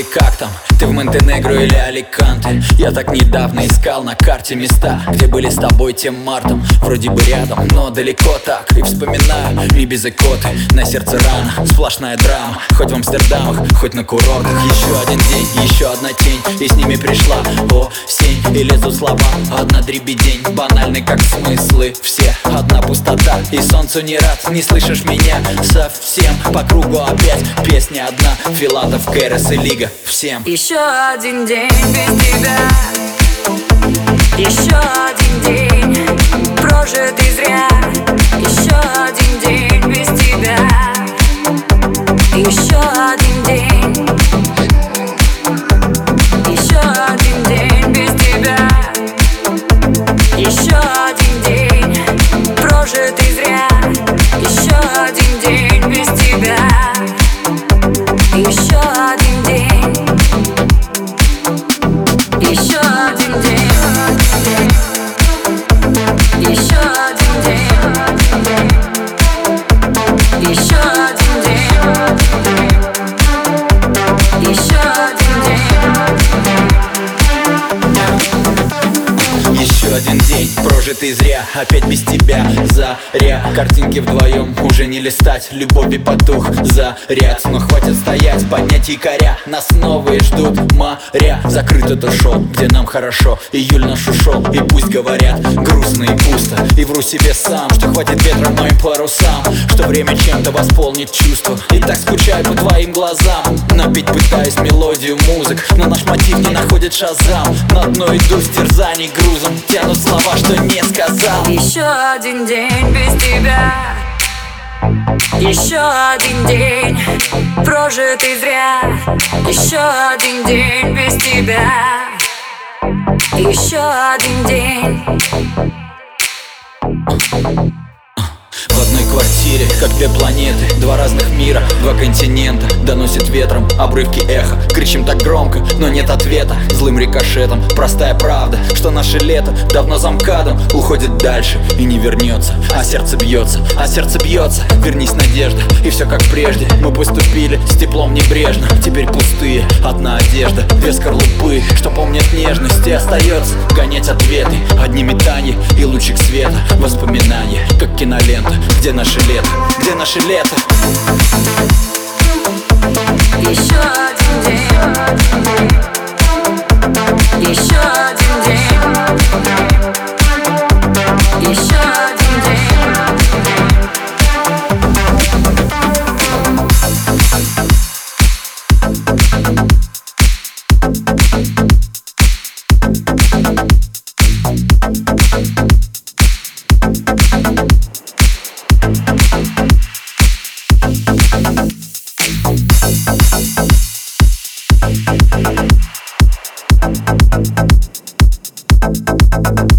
или как там? Ты в Монтенегро или Аликанте? Я так недавно искал на карте места, где были с тобой тем мартом. Вроде бы рядом, но далеко так. И вспоминаю Ибиза и Коты. На сердце рана, сплошная драма. Хоть в Амстердамах, хоть на курортах. Еще один день, еще одна тень, и с ними пришла осень. И лезут слова, одна дребедень, банальный как смыслы все. Одна пустота, и солнцу не рад. Не слышишь меня совсем. По кругу опять песня одна. Филатов, Кэрос и Лига, всем. Еще один день без тебя. Еще один день прожитый зря. Еще один день без тебя. Еще один день. Еще один день без тебя. Еще один день прожитый зря. Еще один день без тебя. Еще один день. Еще один день. Еще один день. Еще один день. Еще один день. Еще один день прожитый зря. Опять без тебя заря. Картинки вдвоем уже не листать. Любови потух заряд. Но хватит стоять, поднять якоря. Нас новые ждут моря. Закрыт этот шоу, где нам хорошо. Июль наш ушел, и пусть говорят грустно и пусто. И вру себе сам, что хватит ветра моим парусам. Что время чем-то восполнит чувства. И так скучаю по твоим глазам. Напеть пытаюсь мелодию музык, но наш мотив не находит шазам. На дно иду с терзаний грузом. Тянут слова, что не сказал. Еще один день без тебя. Еще один день прожитый зря. Еще один день без тебя. Еще один день. В одной квартире, как две планеты, два разных мира, два континента. Доносит ветром обрывки эха. Кричим так громко, но нет ответа. Злым рикошетом, простая правда, что наше лето давно за МКАДом уходит дальше и не вернется. А сердце бьется, а сердце бьется. Вернись, надежда, и все как прежде. Мы поступили с теплом небрежно. Теперь пустые, одна одежда, две скорлупы, что помнят нежность. И остается гонять ответы, одни метания и лучик света. Воспоминания, как кинолента. Где наше лето? Где наше лето? Еще один день. Еще один день. Еще один день.